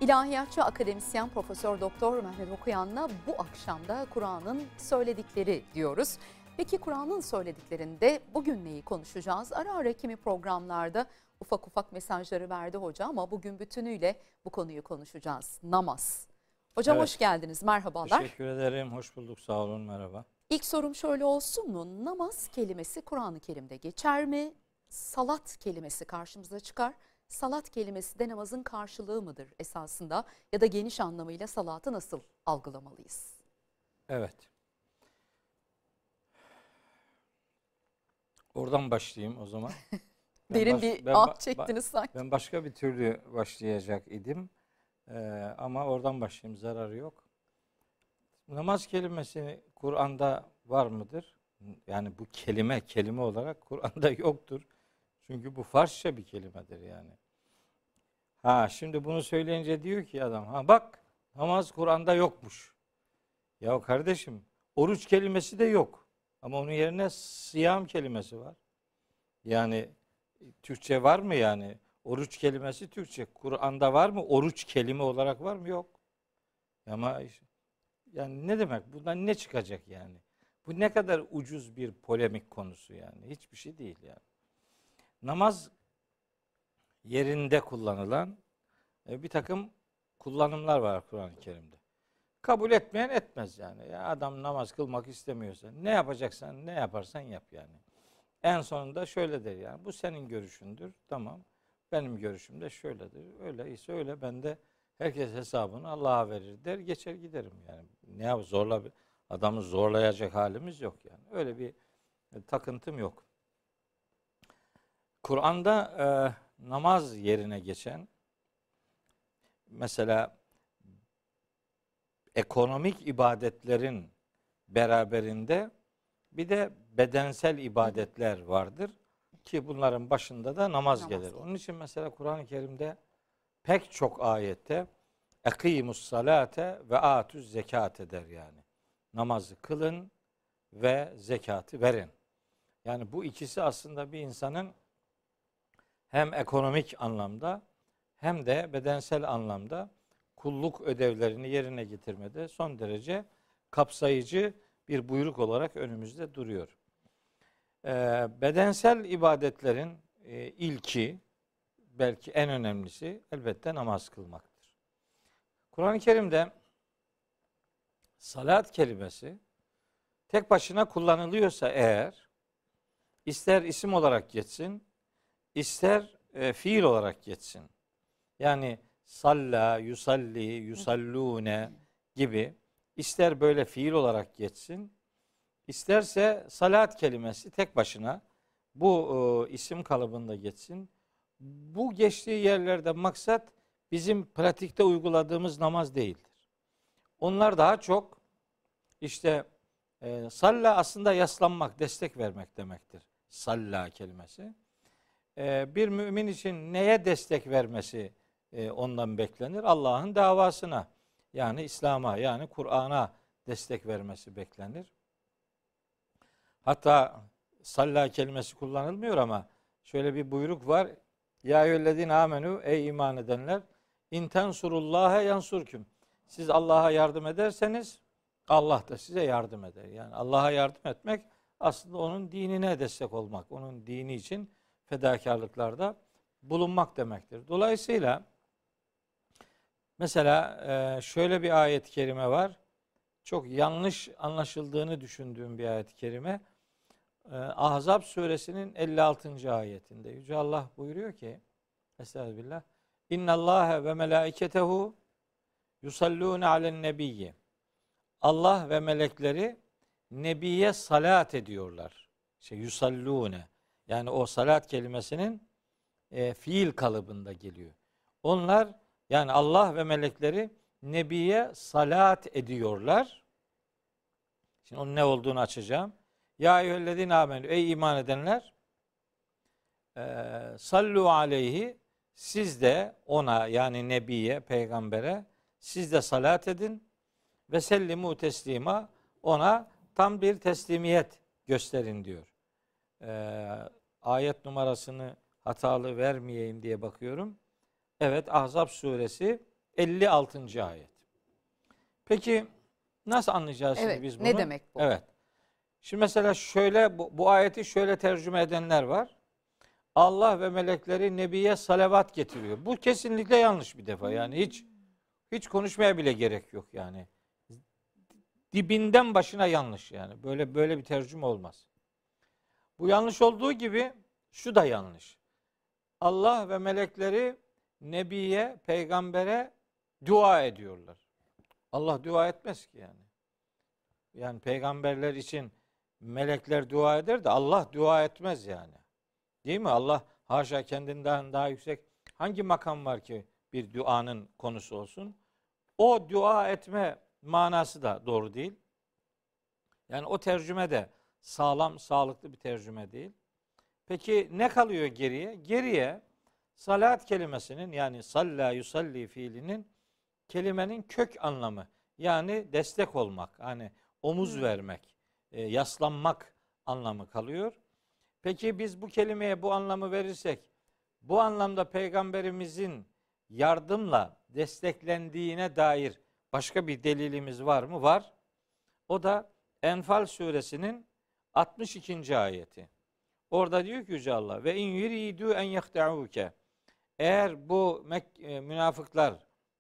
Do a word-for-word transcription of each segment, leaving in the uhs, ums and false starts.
İlahiyatçı akademisyen Profesör Doktor Mehmet Okuyan'la bu akşamda Kur'an'ın söyledikleri diyoruz. Peki Kur'an'ın söylediklerinde bugün neyi konuşacağız? Ara ara kimi programlarda ufak ufak mesajları verdi hoca ama bugün bütünüyle bu konuyu konuşacağız. Namaz. Hocam evet. Hoş geldiniz, merhabalar. Teşekkür ederim, hoş bulduk, sağ olun, merhaba. İlk sorum şöyle olsun mu? Namaz kelimesi Kur'an-ı Kerim'de geçer mi? Salat kelimesi karşımıza çıkar. Salat kelimesi de namazın karşılığı mıdır esasında? Ya da geniş anlamıyla salatı nasıl algılamalıyız? Evet. Oradan başlayayım o zaman. Derin baş, bir ah çektiniz sanki. Ben başka bir türlü başlayacak idim. Ee, ama oradan başlayayım, zararı yok. Namaz kelimesi Kur'an'da var mıdır? Yani bu kelime, kelime olarak Kur'an'da yoktur. Çünkü bu Farsça bir kelimedir yani. Ha şimdi bunu söyleyince diyor ki adam, ha bak namaz Kur'an'da yokmuş. Ya kardeşim oruç kelimesi de yok. Ama onun yerine siyam kelimesi var. Yani Türkçe var mı yani? Oruç kelimesi Türkçe. Kur'an'da var mı? Oruç kelime olarak var mı? Yok. Ama yani ne demek? Bundan ne çıkacak yani? Bu ne kadar ucuz bir polemik konusu yani. Hiçbir şey değil yani. Namaz yerinde kullanılan bir takım kullanımlar var Kur'an-ı Kerim'de. Kabul etmeyen etmez yani. Ya adam namaz kılmak istemiyorsa ne yapacaksan ne yaparsan yap yani. En sonunda şöyle der yani. Bu senin görüşündür. Tamam. Benim görüşüm de şöyledir. Öyleyse öyle. Ben de herkes hesabını Allah'a verir der. Geçer giderim yani. Ne yap zorla adamı zorlayacak halimiz yok yani. Öyle bir takıntım yok. Kur'an'da e, namaz yerine geçen mesela ekonomik ibadetlerin beraberinde bir de bedensel ibadetler vardır ki bunların başında da namaz, namaz gelir. Onun için mesela Kur'an-ı Kerim'de pek çok ayette ekimus salate ve atuz zekate der yani. Namazı kılın ve zekatı verin. Yani bu ikisi aslında bir insanın hem ekonomik anlamda hem de bedensel anlamda kulluk ödevlerini yerine getirmede son derece kapsayıcı bir buyruk olarak önümüzde duruyor. Ee, bedensel ibadetlerin e, ilki, belki en önemlisi elbette namaz kılmaktır. Kur'an-ı Kerim'de salat kelimesi tek başına kullanılıyorsa eğer, ister isim olarak geçsin, ister e, fiil olarak geçsin. Yani salla, yusalli, yusallune gibi ister böyle fiil olarak geçsin, isterse salat kelimesi tek başına bu e, isim kalıbında geçsin. Bu geçtiği yerlerde maksat bizim pratikte uyguladığımız namaz değildir. Onlar daha çok işte e, salla aslında yaslanmak, destek vermek demektir. Salla kelimesi. E, bir mümin için neye destek vermesi e, ondan beklenir? Allah'ın davasına, yani İslam'a, yani Kur'an'a destek vermesi beklenir. Hatta salla kelimesi kullanılmıyor ama şöyle bir buyruk var. Ya eyyühellezine amenu, ey iman edenler, in tensurullâhe yansurküm. Siz Allah'a yardım ederseniz Allah da size yardım eder. Yani Allah'a yardım etmek aslında onun dinine destek olmak, onun dini için fedakarlıklarda bulunmak demektir. Dolayısıyla mesela şöyle bir ayet-i kerime var. Çok yanlış anlaşıldığını düşündüğüm bir ayet-i kerime. Ahzab suresinin elli altıncı ayetinde Yüce Allah buyuruyor ki Estağfirullah. İnnallâhe ve melâiketehu yusallûne alen nebiyyi. Allah ve melekleri Nebiye salat ediyorlar. İşte yusallûne. Yani o salat kelimesinin e, fiil kalıbında geliyor. Onlar yani Allah ve melekleri Nebiye salat ediyorlar. Şimdi onun ne olduğunu açacağım. Ya eyyühellezine amenü, ey iman edenler, e, sallu aleyhi, siz de ona, yani Nebiye, peygambere siz de salat edin ve sellimu teslima, ona tam bir teslimiyet gösterin diyor. E, ayet numarasını hatalı vermeyeyim diye bakıyorum. Evet, Ahzab suresi elli altıncı ayet. Peki nasıl anlayacağız Evet, şimdi biz bunu? ne demek bu? Evet. Şimdi mesela şöyle bu, bu ayeti şöyle tercüme edenler var. Allah ve melekleri Nebi'ye salavat getiriyor. Bu kesinlikle yanlış bir defa. Yani hiç hiç konuşmaya bile gerek yok yani. Dibinden başına yanlış yani. Böyle böyle bir tercüme olmaz. Bu yanlış olduğu gibi şu da yanlış. Allah ve melekleri Nebiye, peygambere dua ediyorlar. Allah dua etmez ki yani. Yani peygamberler için melekler dua eder de Allah dua etmez yani. Değil mi? Allah haşa kendinden daha yüksek hangi makam var ki bir duanın konusu olsun? O dua etme manası da doğru değil. Yani o tercüme de sağlam, sağlıklı bir tercüme değil. Peki ne kalıyor geriye? Geriye salat kelimesinin yani salla yusalli fiilinin kelimenin kök anlamı. Yani destek olmak, hani omuz hmm. vermek, e, yaslanmak anlamı kalıyor. Peki biz bu kelimeye bu anlamı verirsek, bu anlamda peygamberimizin yardımla desteklendiğine dair başka bir delilimiz var mı? Var. O da Enfal suresinin altmış ikinci ayeti. Orada diyor ki Yüce Allah ve in yuridu en yahtauke. Eğer bu Mek- münafıklar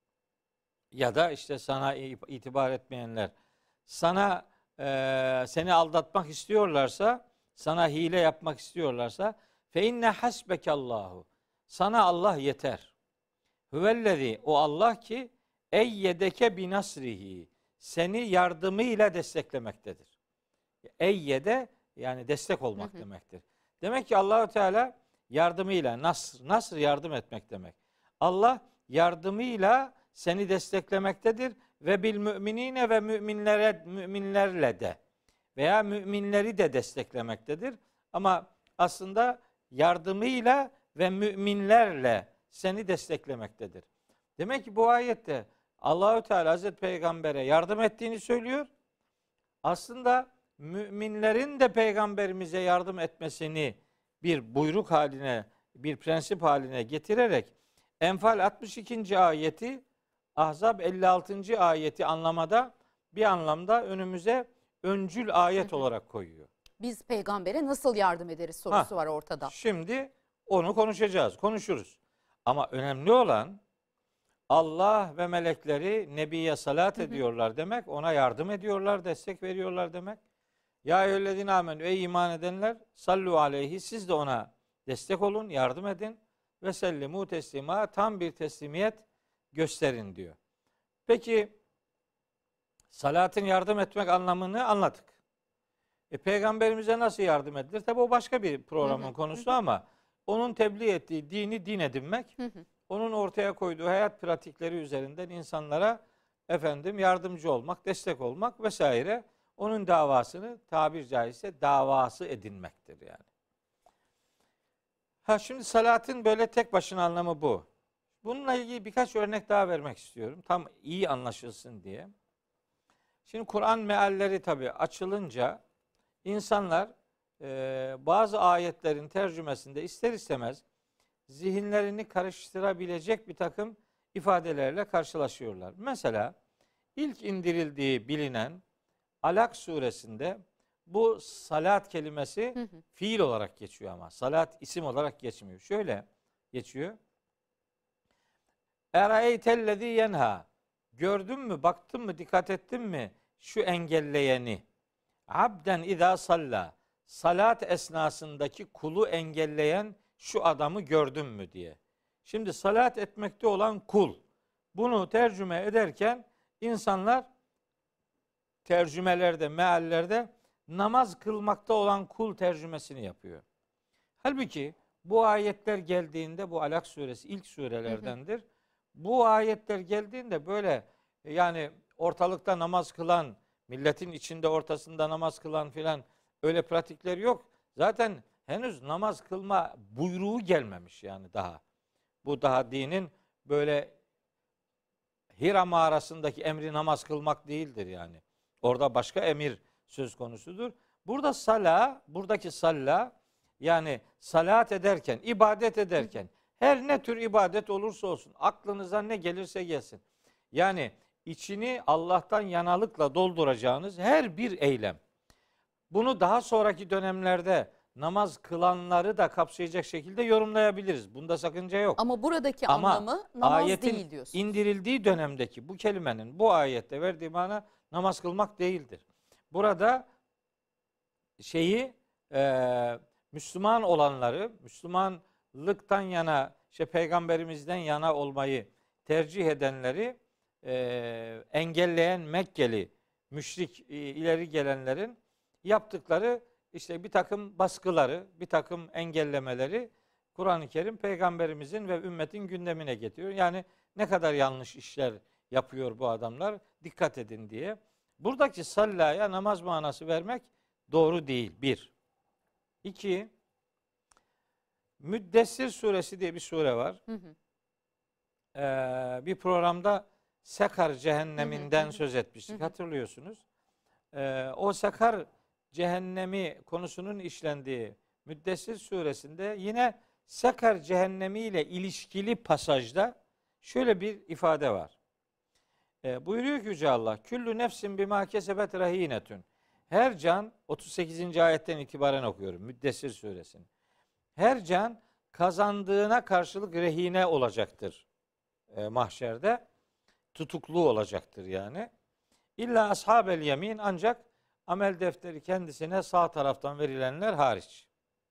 ya da işte sana itibar etmeyenler sana e, seni aldatmak istiyorlarsa, sana hile yapmak istiyorlarsa fe inne hasbekallahu. Sana Allah yeter. Huvellezî o Allah ki eyyedeke bi nasrihi. Seni yardımıyla desteklemektedir. Eyyede yani destek olmak hı hı. demektir. Demek ki Allahu Teala yardımıyla nasr, nasr yardım etmek demek. Allah yardımıyla seni desteklemektedir ve bil müminine ve müminlere müminlerle de veya müminleri de desteklemektedir. Ama aslında yardımıyla ve müminlerle seni desteklemektedir. Demek ki bu ayette Allahu Teala Hazreti Peygamber'e yardım ettiğini söylüyor. Aslında müminlerin de peygamberimize yardım etmesini bir buyruk haline, bir prensip haline getirerek Enfal altmış ikinci ayeti, Ahzab elli altıncı ayeti anlamada bir anlamda önümüze öncül ayet olarak koyuyor. Biz peygambere nasıl yardım ederiz sorusu ha, var ortada. Şimdi onu konuşacağız, konuşuruz. Ama önemli olan Allah ve melekleri Nebiye salat hı hı. ediyorlar demek, ona yardım ediyorlar, destek veriyorlar demek. Ya eyyühellezine amenü ey iman edenler sallu aleyhi siz de ona destek olun, yardım edin ve sellimu teslima tam bir teslimiyet gösterin diyor. Peki salatın yardım etmek anlamını anladık. E, peygamberimize nasıl yardım edilir? Tabi o başka bir programın hı hı. konusu hı hı. ama onun tebliğ ettiği dini din edinmek, hı hı. onun ortaya koyduğu hayat pratikleri üzerinden insanlara efendim yardımcı olmak, destek olmak vesaire. Onun davasını tabir caizse davası edinmektir yani. Ha şimdi salatın böyle tek başına anlamı bu. Bununla ilgili birkaç örnek daha vermek istiyorum. Tam iyi anlaşılsın diye. Şimdi Kur'an mealleri tabii açılınca insanlar e, bazı ayetlerin tercümesinde ister istemez zihinlerini karıştırabilecek bir takım ifadelerle karşılaşıyorlar. Mesela ilk indirildiği bilinen Alak suresinde bu salat kelimesi hı hı. fiil olarak geçiyor ama salat isim olarak geçmiyor. Şöyle geçiyor. Eraeytellezî yenha. Gördün mü, baktın mı, dikkat ettin mi şu engelleyeni? Abden izâ salla. Salat esnasındaki kulu engelleyen şu adamı gördün mü diye. Şimdi salat etmekte olan kul. Bunu tercüme ederken insanlar tercümelerde, meallerde namaz kılmakta olan kul tercümesini yapıyor. Halbuki bu ayetler geldiğinde bu Alak suresi ilk surelerdendir. Hı hı. Bu ayetler geldiğinde böyle yani ortalıkta namaz kılan, milletin içinde ortasında namaz kılan filan öyle pratikler yok. Zaten henüz namaz kılma buyruğu gelmemiş yani daha. Bu daha dinin böyle Hira mağarasındaki emri namaz kılmak değildir yani. Orada başka emir söz konusudur. Burada sala, buradaki salla yani salat ederken, ibadet ederken her ne tür ibadet olursa olsun, aklınıza ne gelirse gelsin. Yani içini Allah'tan yanalıkla dolduracağınız her bir eylem. Bunu daha sonraki dönemlerde namaz kılanları da kapsayacak şekilde yorumlayabiliriz. Bunda sakınca yok. Ama buradaki Ama anlamı namaz ayetin değil diyorsun. indirildiği dönemdeki bu kelimenin bu ayette verdiği mana namaz kılmak değildir. Burada şeyi e, Müslüman olanları, Müslümanlıktan yana, işte peygamberimizden yana olmayı tercih edenleri e, engelleyen Mekkeli müşrik e, ileri gelenlerin yaptıkları işte bir takım baskıları, bir takım engellemeleri Kur'an-ı Kerim peygamberimizin ve ümmetin gündemine getiriyor. Yani ne kadar yanlış işler yapıyor bu adamlar, dikkat edin diye. Buradaki sallaya namaz manası vermek doğru değil. Bir. İki. Müddessir suresi diye bir sure var. Hı hı. Ee, bir programda Sekar cehenneminden Hı hı. söz etmiştik. Hı hı. Hatırlıyorsunuz. Ee, o Sekar cehennemi konusunun işlendiği Müddessir suresinde yine Sekar cehennemi ile ilişkili pasajda şöyle bir ifade var. Ee, buyuruyor ki Yüce Allah, küllü nefsin bima kesebet rehinetün. Her can, otuz sekizinci ayetten itibaren okuyorum Müddessir suresini. Her can kazandığına karşılık rehine olacaktır e, mahşerde. Tutuklu olacaktır yani. İlla ashabel yemin, ancak amel defteri kendisine sağ taraftan verilenler hariç.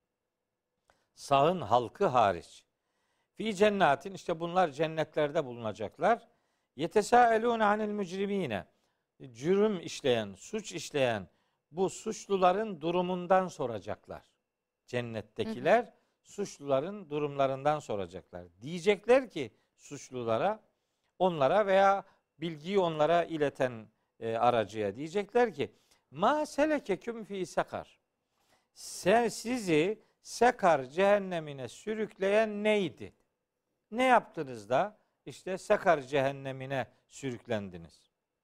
Sağın halkı hariç. Fi cennetin, işte bunlar cennetlerde bulunacaklar. Yetesâelûne anil mücrimîne. Cürüm işleyen, suç işleyen bu suçluların durumundan soracaklar. Cennettekiler hı hı. suçluların durumlarından soracaklar. Diyecekler ki suçlulara, onlara veya bilgiyi onlara ileten e, aracıya diyecekler ki ma selekeküm fi sekar. Sen, sizi sekar cehennemine sürükleyen neydi? Ne yaptınız da işte sekar cehennemine sürüklendiniz?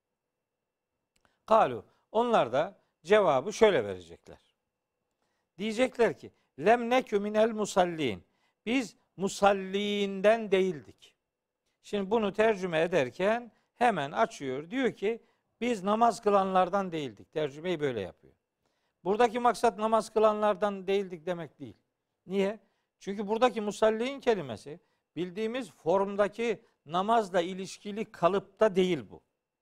Kalu, onlar da cevabı şöyle verecekler. Diyecekler ki lem nekü minel musallin. Biz musalliinden değildik. Şimdi bunu tercüme ederken hemen açıyor. Diyor ki biz namaz kılanlardan değildik. Tercümeyi böyle yapıyor. Buradaki maksat namaz kılanlardan değildik demek değil. Niye? Çünkü buradaki musalliin kelimesi bildiğimiz formdaki namazla ilişkili kalıpta değil bu.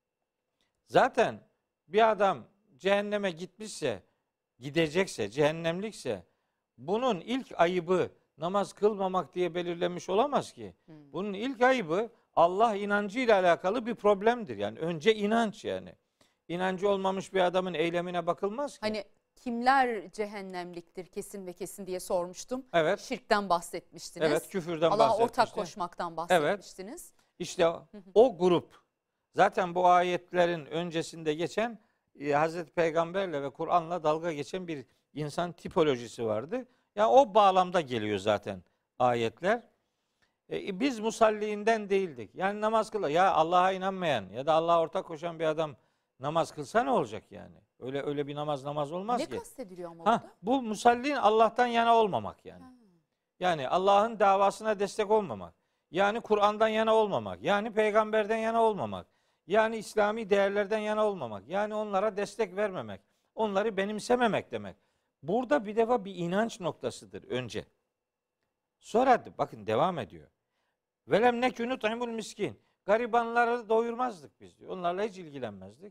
Zaten bir adam cehenneme gitmişse, gidecekse, cehennemlikse bunun ilk ayıbı namaz kılmamak diye belirlenmiş olamaz ki. Hmm. Bunun ilk ayıbı Allah inancıyla alakalı bir problemdir. Yani önce inanç yani. İnancı olmamış bir adamın eylemine bakılmaz ki. Hani kimler cehennemliktir kesin ve kesin diye sormuştum. Evet. Şirkten bahsetmiştiniz. Evet, küfürden Allah'a bahsetmiştiniz. ortak koşmaktan bahsetmiştiniz. Evet. İşte o, o grup. Zaten bu ayetlerin öncesinde geçen e, Hazreti Peygamberle ve Kur'an'la dalga geçen bir insan tipolojisi vardı. Ya yani o bağlamda geliyor zaten ayetler. E, biz musalliinden değildik. Yani namaz kıla. Ya Allah'a inanmayan ya da Allah'a ortak koşan bir adam namaz kılsa ne olacak yani? Öyle öyle bir namaz namaz olmaz ne ki. Ne kastediliyor ama ha, burada? Bu musallin Allah'tan yana olmamak yani. Ha. Yani Allah'ın davasına destek olmamak. Yani Kur'an'dan yana olmamak. Yani peygamberden yana olmamak. Yani İslami değerlerden yana olmamak. Yani onlara destek vermemek. Onları benimsememek demek. Burada bir defa bir inanç noktasıdır önce. Sonra bakın devam ediyor. Velem nekü nut'imul miskin. Garibanları doyurmazdık biz diyor. Onlarla hiç ilgilenmezdik.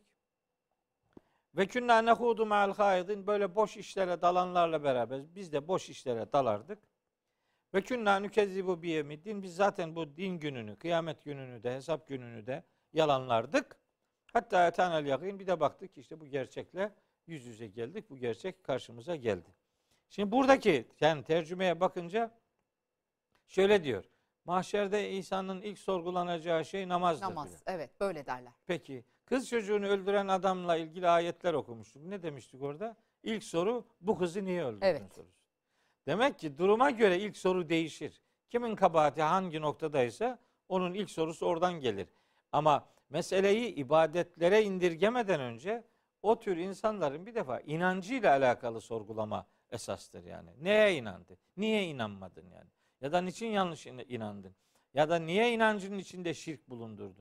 Ve künnâ nehudu ma'al haidin. Böyle boş işlere dalanlarla beraber biz de boş işlere dalardık. Ve künnâ nükezzibu biyemiddin. Biz zaten bu din gününü, kıyamet gününü de, hesap gününü de yalanlardık. Hatta etanel yakin, bir de baktık ki işte bu gerçekle yüz yüze geldik. Bu gerçek karşımıza geldi. Şimdi buradaki yani tercümeye bakınca şöyle diyor. Mahşerde İsa'nın ilk sorgulanacağı şey namazdır. Namaz, bile. evet böyle derler. Peki kız çocuğunu öldüren adamla ilgili ayetler okumuştuk. Ne demiştik orada? İlk soru bu kızı niye öldürdün evet. sorusu. Demek ki duruma göre ilk soru değişir. Kimin kabahati hangi noktadaysa onun ilk sorusu oradan gelir. Ama meseleyi ibadetlere indirgemeden önce o tür insanların bir defa inancıyla alakalı sorgulama esastır yani. Neye inandı? Niye inanmadın yani? Ya da niçin yanlış inandın? Ya da niye inancının içinde şirk bulundurdun?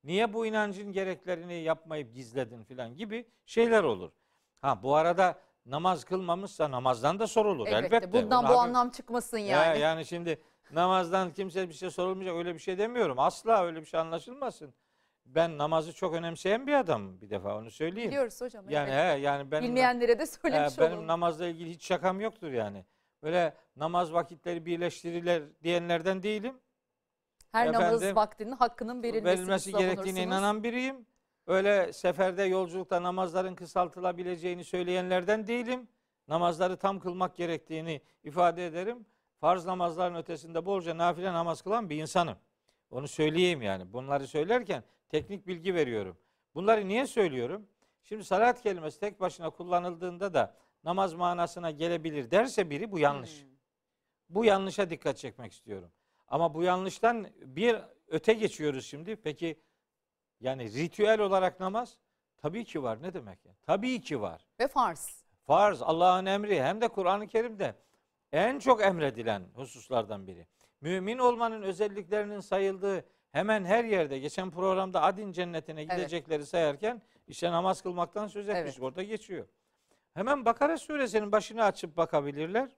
Niye bu inancın gereklerini yapmayıp gizledin filan gibi şeyler olur. Ha bu arada namaz kılmamışsa namazdan da sorulur elbette. Elbette. Bundan Onu bu hafif- anlam çıkmasın Ya, yani. yani şimdi namazdan kimse bir şey sorulmayacak öyle bir şey demiyorum. Asla öyle bir şey anlaşılmasın. Ben namazı çok önemseyen bir adamım bir defa onu söyleyeyim. Biliyoruz hocam. Yani evet. he, yani benim Bilmeyenlere de e, söylemiş benim olalım. namazla ilgili hiç şakam yoktur yani. Böyle namaz vakitleri birleştirilir diyenlerden değilim. Her namaz efendim, vaktinin hakkının verilmesini Verilmesi gerektiğine savunursunuz. inanan biriyim. Öyle seferde, yolculukta namazların kısaltılabileceğini söyleyenlerden değilim. Namazları tam kılmak gerektiğini ifade ederim. Farz namazların ötesinde bolca nafile namaz kılan bir insanım. Onu söyleyeyim yani. Bunları söylerken teknik bilgi veriyorum. Bunları niye söylüyorum? Şimdi salat kelimesi tek başına kullanıldığında da namaz manasına gelebilir derse biri bu yanlış. Hmm. Bu yanlışa dikkat çekmek istiyorum. Ama bu yanlıştan bir öte geçiyoruz şimdi. Peki yani ritüel olarak namaz tabii ki var. Ne demek ya? Tabii ki var. Ve farz. Farz, Allah'ın emri hem de Kur'an-ı Kerim'de en çok emredilen hususlardan biri. Mümin olmanın özelliklerinin sayıldığı hemen her yerde geçen programda Adin cennetine gidecekleri evet. sayarken işte namaz kılmaktan söz etmiş. Evet. Orada geçiyor. Hemen Bakara suresinin başını açıp bakabilirler.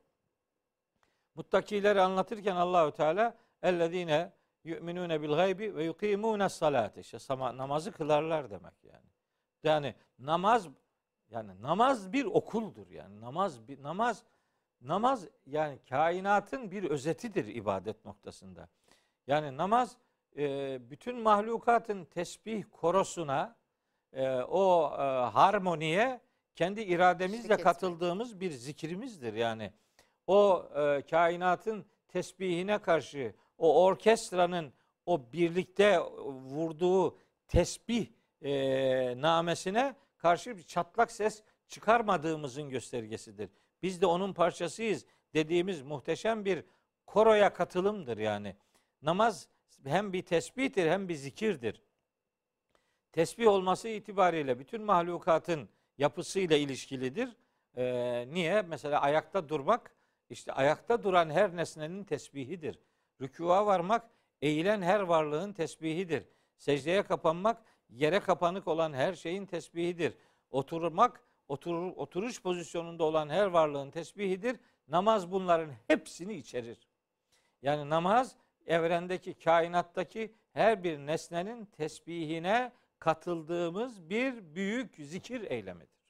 Muttakileri anlatırken Allahü Teala ellezine yu'minune bil gaybi ve yukimune salate. İşte namazı kılarlar demek yani. Yani namaz yani namaz bir okuldur yani. Namaz bir namaz namaz yani kainatın bir özetidir ibadet noktasında. Yani namaz e, bütün mahlukatın tesbih korosuna e, o e, harmoniye kendi irademizle katıldığımız bir zikrimizdir yani. O e, kainatın tesbihine karşı o orkestranın o birlikte vurduğu tesbih e, namesine karşı bir çatlak ses çıkarmadığımızın göstergesidir. Biz de onun parçasıyız dediğimiz muhteşem bir koroya katılımdır yani. Namaz hem bir tesbihtir hem bir zikirdir. Tesbih olması itibariyle bütün mahlukatın yapısıyla ilişkilidir. Ee, niye? Mesela ayakta durmak, işte ayakta duran her nesnenin tesbihidir. Rükûa varmak, eğilen her varlığın tesbihidir. Secdeye kapanmak, yere kapanık olan her şeyin tesbihidir. Oturmak, oturur, oturuş pozisyonunda olan her varlığın tesbihidir. Namaz bunların hepsini içerir. Yani namaz evrendeki, kainattaki her bir nesnenin tesbihine katıldığımız bir büyük zikir eylemidir.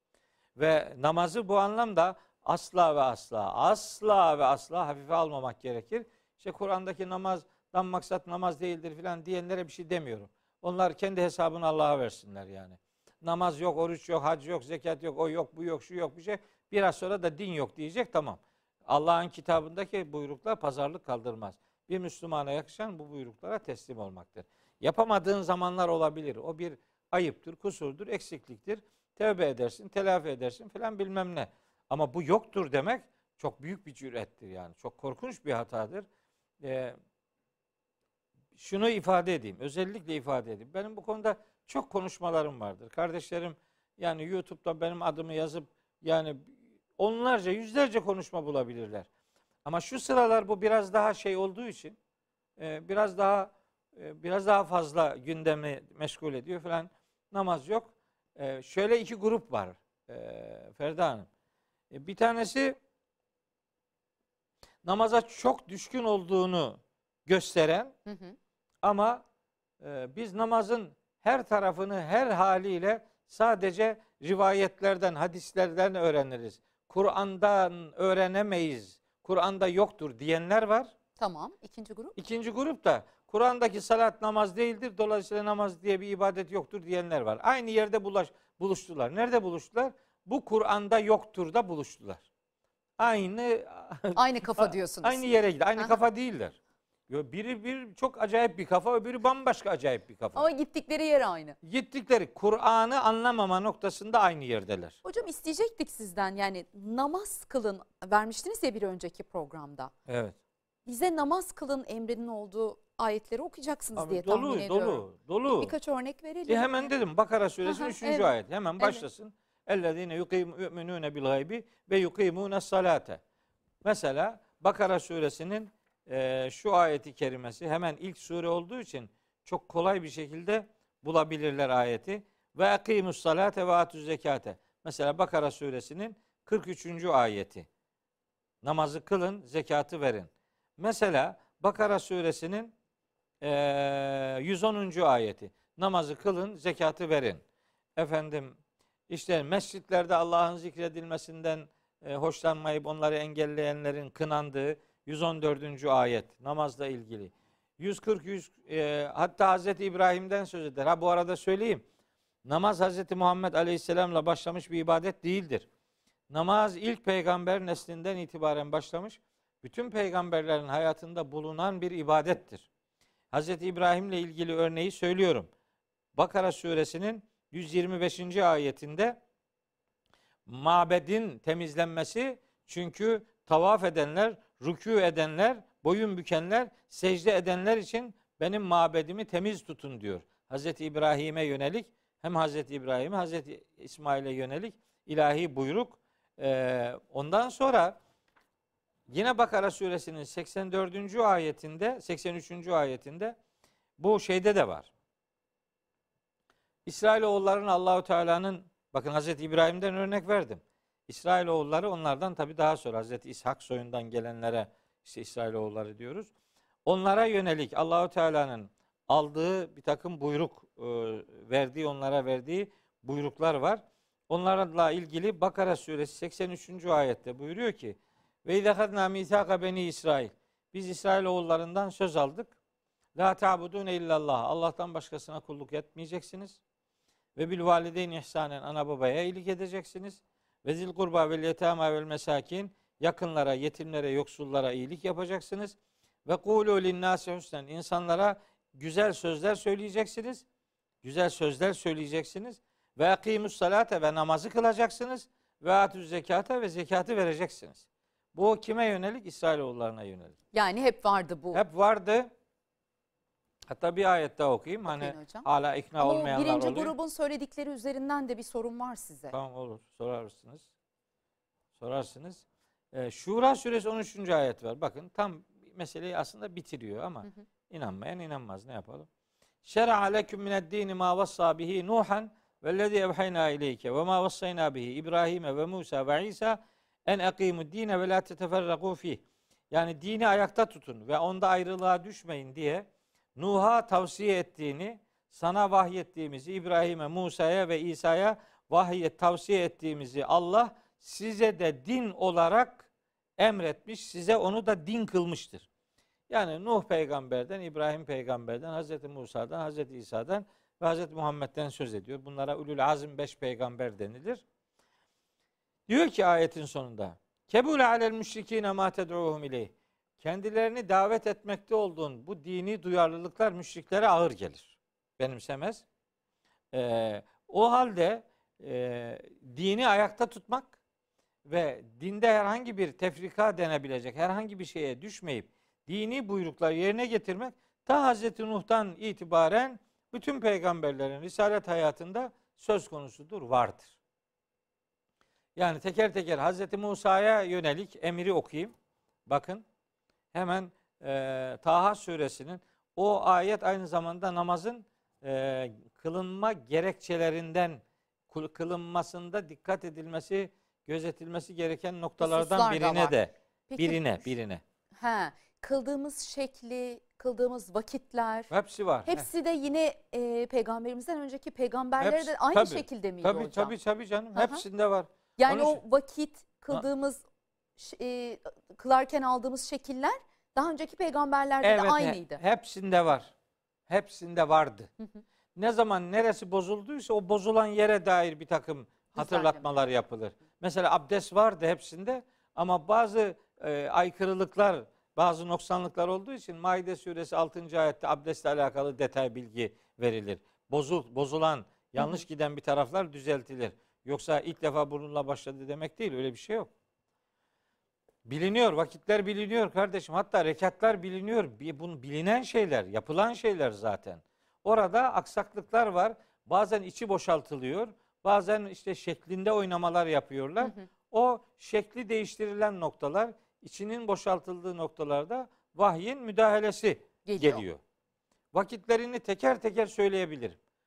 Ve namazı bu anlamda asla ve asla, asla ve asla hafife almamak gerekir. İşte Kur'an'daki namazdan maksat namaz değildir filan diyenlere bir şey demiyorum. Onlar kendi hesabını Allah'a versinler yani. Namaz yok, oruç yok, hac yok, zekat yok, o yok, bu yok, şu yok bir şey. Biraz sonra da din yok diyecek, tamam. Allah'ın kitabındaki buyruklar pazarlık kaldırmaz. Bir Müslümana yakışan bu buyruklara teslim olmaktır. Yapamadığın zamanlar olabilir. O bir ayıptır, kusurdur, eksikliktir. Tevbe edersin, telafi edersin filan bilmem ne. Ama bu yoktur demek çok büyük bir cürettir yani. Çok korkunç bir hatadır. Ee, şunu ifade edeyim, özellikle ifade edeyim. Benim bu konuda çok konuşmalarım vardır. Kardeşlerim yani YouTube'da benim adımı yazıp yani onlarca, yüzlerce konuşma bulabilirler. Ama şu sıralar bu biraz daha şey olduğu için e, biraz daha e, biraz daha fazla gündemi meşgul ediyor falan. Namaz yok. E, şöyle iki grup var e, Ferda Hanım. E, bir tanesi namaza çok düşkün olduğunu gösteren hı hı. ama e, biz namazın her tarafını her haliyle sadece rivayetlerden, hadislerden öğreniriz. Kur'an'dan öğrenemeyiz. Kur'an'da yoktur diyenler var. Tamam. İkinci grup? İkinci grup da Kur'an'daki salat namaz değildir. Dolayısıyla namaz diye bir ibadet yoktur diyenler var. Aynı yerde bulaş, buluştular. Nerede buluştular? Bu Kur'an'da yoktur da buluştular. Aynı aynı kafa diyorsunuz. Aynı yere gidiyor. Aynı Aha. kafa değiller. Biri bir çok acayip bir kafa, öbürü bambaşka acayip bir kafa. Ama gittikleri yer aynı. Gittikleri Kur'an'ı anlamama noktasında aynı yerdeler. Hocam isteyecektik sizden yani namaz kılın vermiştiniz ya bir önceki programda. Evet. Bize namaz kılın emrinin olduğu ayetleri okuyacaksınız Abi diye dolu, tahmin ediyorum. Dolu, dolu. Birkaç örnek verelim. E hemen dedim Bakara suresinin üçüncü evet. ayet. Hemen başlasın. Ellezine yu'minune bil gaybi ve yukimune salate. Mesela Bakara suresinin e, şu ayeti kerimesi hemen ilk sure olduğu için çok kolay bir şekilde bulabilirler ayeti. Ve akimus salate ve atuz zekate. Mesela Bakara suresinin kırk üçüncü ayeti. Namazı kılın, zekatı verin. Mesela Bakara suresinin e, yüz onuncu ayeti. Namazı kılın, zekatı verin. Efendim işte mescitlerde Allah'ın zikredilmesinden e, hoşlanmayıp onları engelleyenlerin kınandığı yüz on dördüncü ayet namazla ilgili. yüz kırk yüz e, hatta Hazreti İbrahim'den söz eder. Ha bu arada söyleyeyim. Namaz Hazreti Muhammed Aleyhisselam'la başlamış bir ibadet değildir. Namaz ilk peygamber neslinden itibaren başlamış. Bütün peygamberlerin hayatında bulunan bir ibadettir. Hazreti İbrahim'le ilgili örneği söylüyorum. Bakara suresinin yüz yirmi beşinci ayetinde mabedin temizlenmesi, çünkü tavaf edenler, rükû edenler, boyun bükenler, secde edenler için benim mabedimi temiz tutun diyor. Hazreti İbrahim'e yönelik, hem Hazreti İbrahim, Hazreti İsmail'e yönelik ilahi buyruk. Ee, ondan sonra yine Bakara suresinin seksen dördüncü ayetinde, seksen üçüncü ayetinde bu şeyde de var. İsrailoğulların Allahu Teala'nın, bakın Hazreti İbrahim'den örnek verdim. İsrailoğulları onlardan tabii daha sonra Hazreti İshak soyundan gelenlere işte İsrailoğulları diyoruz. Onlara yönelik Allahu Teala'nın aldığı bir takım buyruk e, verdiği, onlara verdiği buyruklar var. Onlarla ilgili Bakara suresi seksen üçüncü ayette buyuruyor ki: "Ve izâ mîthâka beni İsrail." Biz İsrailoğullarından söz aldık. La ta'budun illallah. Allah'tan başkasına kulluk etmeyeceksiniz. Ve bil valideyn ihsanen, ana babaya iyilik edeceksiniz. Ve zil kurba vel yetama vel mesakin, yakınlara, yetimlere, yoksullara iyilik yapacaksınız. Ve kulu linnâsi husnen, insanlara güzel sözler söyleyeceksiniz. Güzel sözler söyleyeceksiniz. Ve akimus salate, ve namazı kılacaksınız. Ve atüz zekate, ve zekatı vereceksiniz. Bu kime yönelik? İsrailoğullarına yönelik. Yani hep vardı bu. Hep vardı. Hatta bir ayet daha okuyayım. Okuyun Hani hocam. hala ikna Ama olmayanlar birinci oluyor. grubun söyledikleri üzerinden de bir sorun var size. Tamam, olur. Sorarsınız. Sorarsınız. Ee, Şura suresi on üçüncü ayet var. Bakın tam meseleyi aslında bitiriyor ama hı hı. inanmayan inanmaz. Ne yapalım? Şer'a leküm mine'd-dîni mâ vassâ bihi Nuhan vellezî evhaynâ ileyke ve mâ vassayna bihi İbrahim'e ve Musa ve İsa en ekîmu'd-dîne ve lâ teteferrakû fîh. Yani dini ayakta tutun ve onda ayrılığa düşmeyin diye Nuh'a tavsiye ettiğini, sana vahyettiğimizi, İbrahim'e, Musa'ya ve İsa'ya vahiy tavsiye ettiğimizi Allah size de din olarak emretmiş, size onu da din kılmıştır. Yani Nuh peygamberden, İbrahim peygamberden, Hazreti Musa'dan, Hazreti İsa'dan ve Hazreti Muhammed'den söz ediyor. Bunlara ulul azm beş peygamber denilir. Diyor ki ayetin sonunda: Kebule alel müşrikine ma ted'uhum ileyh. Kendilerini davet etmekte olduğun bu dini duyarlılıklar müşriklere ağır gelir. Benimsemez. Ee, o halde e, dini ayakta tutmak ve dinde herhangi bir tefrika denebilecek herhangi bir şeye düşmeyip dini buyrukları yerine getirmek ta Hazreti Nuh'tan itibaren bütün peygamberlerin risalet hayatında söz konusudur, vardır. Yani teker teker Hazreti Musa'ya yönelik emri okuyayım. Bakın hemen e, Taha suresinin o ayet aynı zamanda namazın e, kılınma gerekçelerinden, kılınmasında dikkat edilmesi, gözetilmesi gereken noktalardan Hususlar da birine var. de Peki, birine birine. He, kıldığımız şekli, kıldığımız vakitler Hepsi var. hepsi de yine e, peygamberimizden önceki peygamberlere Hepsi, de aynı tabii, şekilde miydi tabii, hocam? Tabii tabii canım. Aha. Hepsinde var. Yani Onun o için- vakit kıldığımız e, kılarken aldığımız şekiller daha önceki peygamberlerde Evet, de he- aynıydı. hepsinde var. Hepsinde vardı. Hı hı. Ne zaman neresi bozulduysa o bozulan yere dair bir takım hatırlatmalar yapılır. Mesela abdest vardı hepsinde ama bazı e, aykırılıklar, bazı noksanlıklar olduğu için Maide suresi altıncı ayette abdestle alakalı detay bilgi verilir. Bozul, bozulan, yanlış Hı hı. giden bir taraflar düzeltilir. Yoksa ilk defa bununla başladı demek değil, öyle bir şey yok. Biliniyor, vakitler biliniyor kardeşim. Hatta rekatlar biliniyor. Bir- Bunu bilinen şeyler, yapılan şeyler zaten. Orada aksaklıklar var. Bazen içi boşaltılıyor. Bazen işte şeklinde oynamalar yapıyorlar. Hı hı. O şekli değiştirilen noktalar, içinin boşaltıldığı noktalarda vahyin müdahalesi Geliyor. geliyor. Vakitlerini teker teker söyleyebilirim.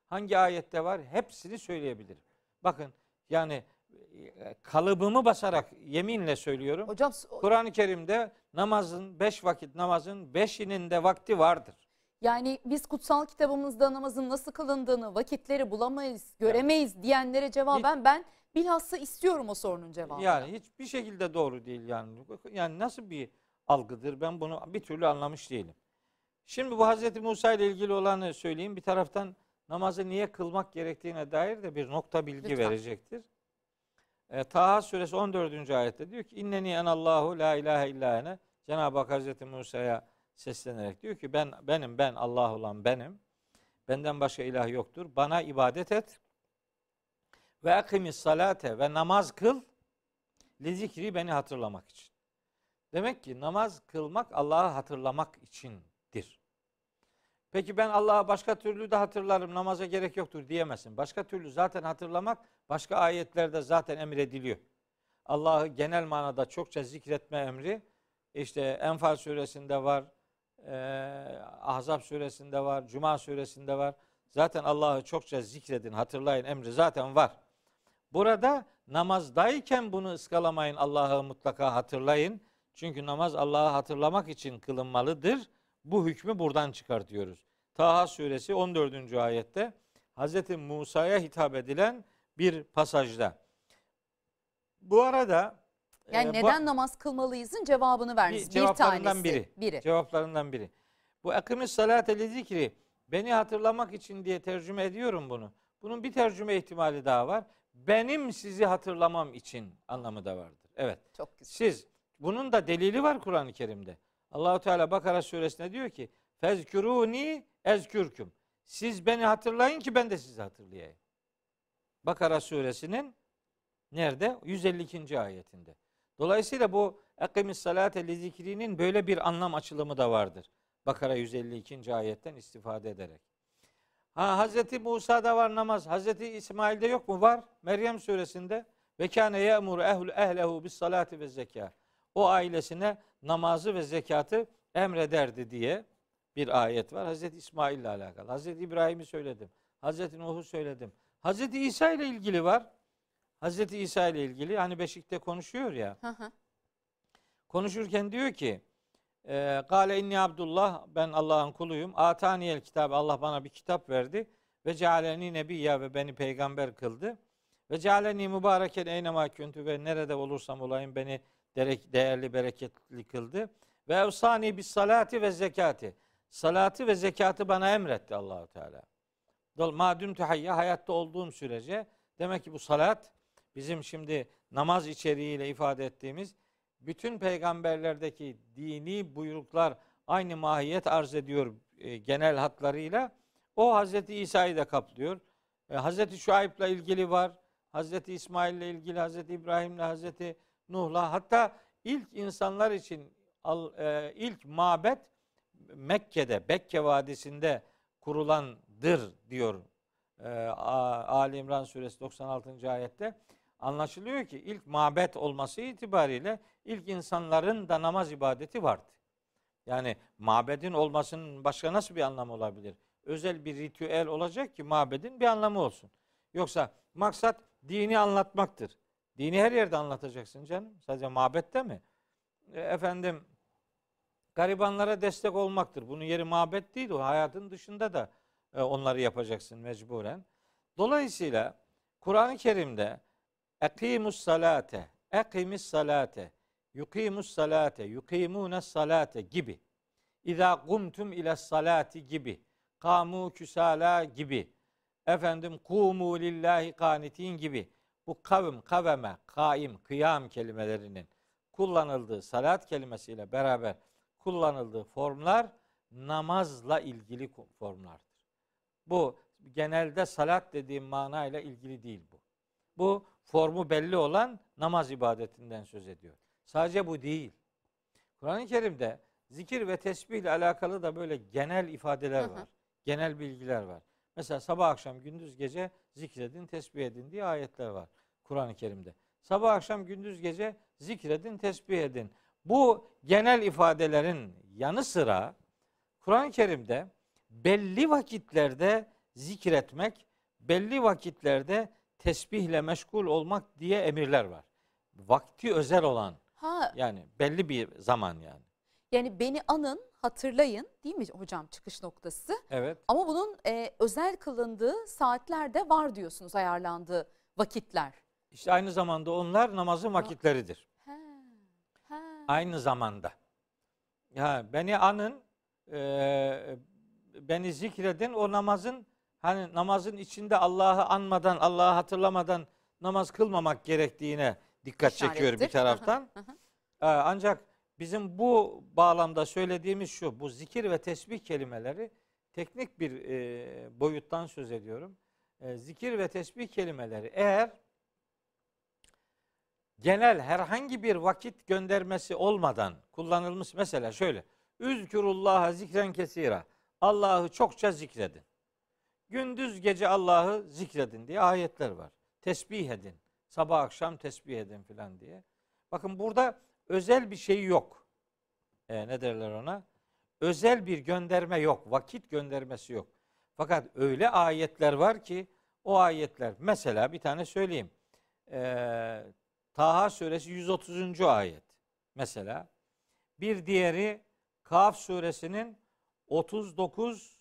hangi ayette var hepsini söyleyebilirim. Bakın yani kalıbımı basarak yeminle söylüyorum. Hocam Kur'an-ı Kerim'de namazın, beş vakit namazın beşinin de vakti vardır. Yani biz kutsal kitabımızda namazın nasıl kılındığını, vakitleri bulamayız, göremeyiz yani, diyenlere cevaben hiç, ben bilhassa istiyorum o sorunun cevabını. Yani hiçbir şekilde doğru değil yani. Yani nasıl bir algıdır, ben bunu bir türlü anlamış değilim. Şimdi bu Hazreti Musa ile ilgili olanı söyleyeyim. Bir taraftan namazı niye kılmak gerektiğine dair de bir nokta bilgi Lütfen. verecektir. E, Taha suresi on dördüncü ayette diyor ki İnneni enallahu la ilahe illa ene. Cenab-ı Hak Hazreti Musa'ya seslenerek diyor ki ben benim ben Allah olan benim. Benden başka ilah yoktur. Bana ibadet et. Ve akimis salate ve namaz kıl. Li zikri beni hatırlamak için. Demek ki namaz kılmak Allah'ı hatırlamak içindir. Peki ben Allah'ı başka türlü de hatırlarım, namaza gerek yoktur diyemezsin. Başka türlü zaten hatırlamak başka ayetlerde zaten emrediliyor. Allah'ı genel manada çokça zikretme emri işte Enfal suresinde var, e, Ahzab suresinde var, Cuma suresinde var. Zaten Allah'ı çokça zikredin, hatırlayın emri zaten var. Burada namazdayken bunu ıskalamayın, Allah'ı mutlaka hatırlayın. Çünkü namaz Allah'ı hatırlamak için kılınmalıdır. Bu hükmü buradan çıkartıyoruz. Taha suresi on dördüncü ayette Hazreti Musa'ya hitap edilen bir pasajda. Bu arada yani e, neden bu, namaz kılmalıyızın cevabını veriniz. Bir, bir tanesi. Biri, biri. Cevaplarından biri. Bu akimis salate li zikri beni hatırlamak için diye tercüme ediyorum bunu. Bunun bir tercüme ihtimali daha var. Benim sizi hatırlamam için anlamı da vardır. Evet. Çok güzel. Siz bunun da delili var Kur'an-ı Kerim'de. Allahu Teala Bakara suresinde diyor ki fezkuruni ezkürküm. Siz beni hatırlayın ki ben de sizi hatırlayayım. Bakara suresinin nerede? yüz elli ikinci ayetinde. Dolayısıyla bu akimis salate li zikrinin böyle bir anlam açılımı da vardır. Bakara yüz elli ikinci ayetten istifade ederek. Ha Hazreti Musa'da var namaz. Hazreti İsmail'de yok mu? Var. Meryem suresinde ve kâne ye'muru ehlu ehlehu bis salati ve zekâ. O ailesine namazı ve zekatı emrederdi diye bir ayet var. Hazreti İsmail ile alakalı. Hazreti İbrahim'i söyledim. Hazreti Nuh'u söyledim. Hazreti İsa ile ilgili var. Hazreti İsa ile ilgili hani Beşik'te konuşuyor ya. Hı hı. Konuşurken diyor ki Kale inni Abdullah, ben Allah'ın kuluyum. Ataniyel kitabı, Allah bana bir kitap verdi. Ve cealeni nebiyya, ve beni peygamber kıldı. Ve cealeni mübareken eynema küntü, ve nerede olursam olayım beni değerli, bereketli kıldı. Ve evsani bis salati ve zekati. Salatı ve zekatı bana emretti Allah-u Teala. Madüm tuhayya, hayatta olduğum sürece. Demek ki bu salat bizim şimdi namaz içeriğiyle ifade ettiğimiz bütün peygamberlerdeki dini buyruklar aynı mahiyet arz ediyor e, genel hatlarıyla. O Hazreti İsa'yı da kaplıyor. E, Hazreti Şuayb'la ilgili var. Hazreti İsmail'le ilgili, Hazreti İbrahim'le, Hazreti Nuh'la, hatta ilk insanlar için al, e, ilk mabet Mekke'de, Bekke Vadisi'nde kurulandır diyor e, Ali İmran suresi doksan altıncı ayette. Anlaşılıyor ki ilk mabet olması itibariyle ilk insanların da namaz ibadeti vardı. Yani mabedin olmasının başka nasıl bir anlamı olabilir? Özel bir ritüel olacak ki mabedin bir anlamı olsun. Yoksa maksat dini anlatmaktır. Dini her yerde anlatacaksın canım. Sadece mabette mi? E, efendim garibanlara destek olmaktır. Bunun yeri mabet değil. O hayatın dışında da e, onları yapacaksın mecburen. Dolayısıyla Kur'an-ı Kerim'de Ekimus salate, ekimis salate, yukimus salate, yukimune salate gibi, İza kumtum ile salati gibi, kamu küsala gibi, efendim kumu lillahi kanitin gibi, bu kavim, kaveme, kaim, kıyam kelimelerinin kullanıldığı, salat kelimesiyle beraber kullanıldığı formlar namazla ilgili formlardır. Bu genelde salat dediğim manayla ilgili değil bu. Bu formu belli olan namaz ibadetinden söz ediyor. Sadece bu değil. Kur'an-ı Kerim'de zikir ve tesbih ile alakalı da böyle genel ifadeler var. Hı hı. Genel bilgiler var. Mesela sabah akşam gündüz gece zikredin, tesbih edin diye ayetler var Kur'an-ı Kerim'de. Sabah akşam gündüz gece zikredin, tesbih edin. Bu genel ifadelerin yanı sıra Kur'an-ı Kerim'de belli vakitlerde zikretmek, belli vakitlerde tesbihle meşgul olmak diye emirler var. Vakti özel olan, Ha, yani belli bir zaman yani. yani beni anın, hatırlayın değil mi hocam çıkış noktası? Evet. Ama bunun e, özel kılındığı saatler de var diyorsunuz, ayarlandığı vakitler. İşte aynı zamanda onlar namazın vakitleridir. He, he. Aynı zamanda. Ya beni anın, e, beni zikredin, o namazın, hani namazın içinde Allah'ı anmadan, Allah'ı hatırlamadan namaz kılmamak gerektiğine dikkat çekiyor bir İşarettir. taraftan. Hı hı, hı hı. Ee, Ancak bizim bu bağlamda söylediğimiz şu, bu zikir ve tesbih kelimeleri teknik bir e, boyuttan söz ediyorum. E, zikir ve tesbih kelimeleri eğer genel herhangi bir vakit göndermesi olmadan kullanılmış, mesela şöyle, Üzkürullaha zikren kesira, Allah'ı çokça zikredin. Gündüz gece Allah'ı zikredin diye ayetler var. Tesbih edin. Sabah akşam tesbih edin filan diye. Bakın burada özel bir şey yok. E, ne derler ona? Özel bir gönderme yok. Vakit göndermesi yok. Fakat öyle ayetler var ki o ayetler, mesela bir tane söyleyeyim. E, Taha suresi yüz otuzuncu ayet. Mesela bir diğeri Kaf suresinin otuz dokuz